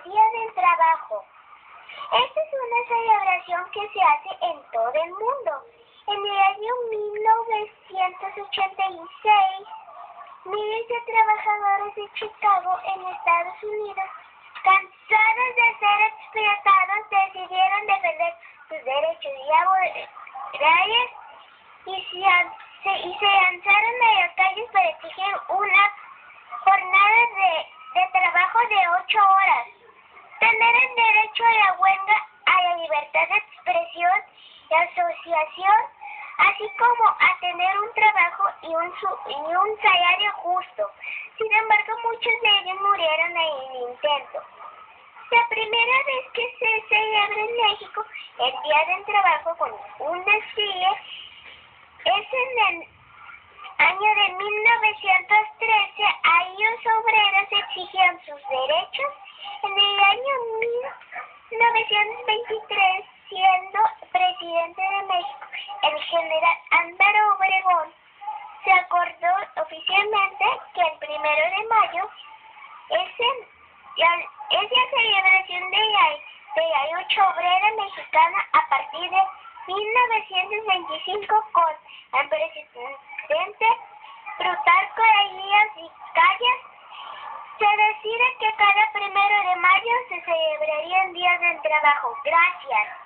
Día del Trabajo. Esta es una celebración que se hace en todo el mundo. En el año 1986, miles de trabajadores de Chicago, en Estados Unidos, cansados de ser explotados, decidieron defender sus derechos laborales y se lanzaron a las calles para exigir una jornada de trabajo de 8 horas, tener el derecho a la huelga, a la libertad de expresión y asociación, así como a tener un trabajo y un salario justo. Sin embargo, muchos de ellos murieron en el intento. La primera vez que se celebra en México el Día del Trabajo con un desfile es en el año de 1913. Ahí los obreros exigían sus derechos. En el año 1923, siendo presidente de México el general Álvaro Obregón, se acordó oficialmente que el 1 de mayo es la celebración de la lucha obrera mexicana a partir de 1925 con el presidente Plutarco Elías Calles. Se decide que cada 1 de mayo se celebraría el Día del Trabajo. Gracias.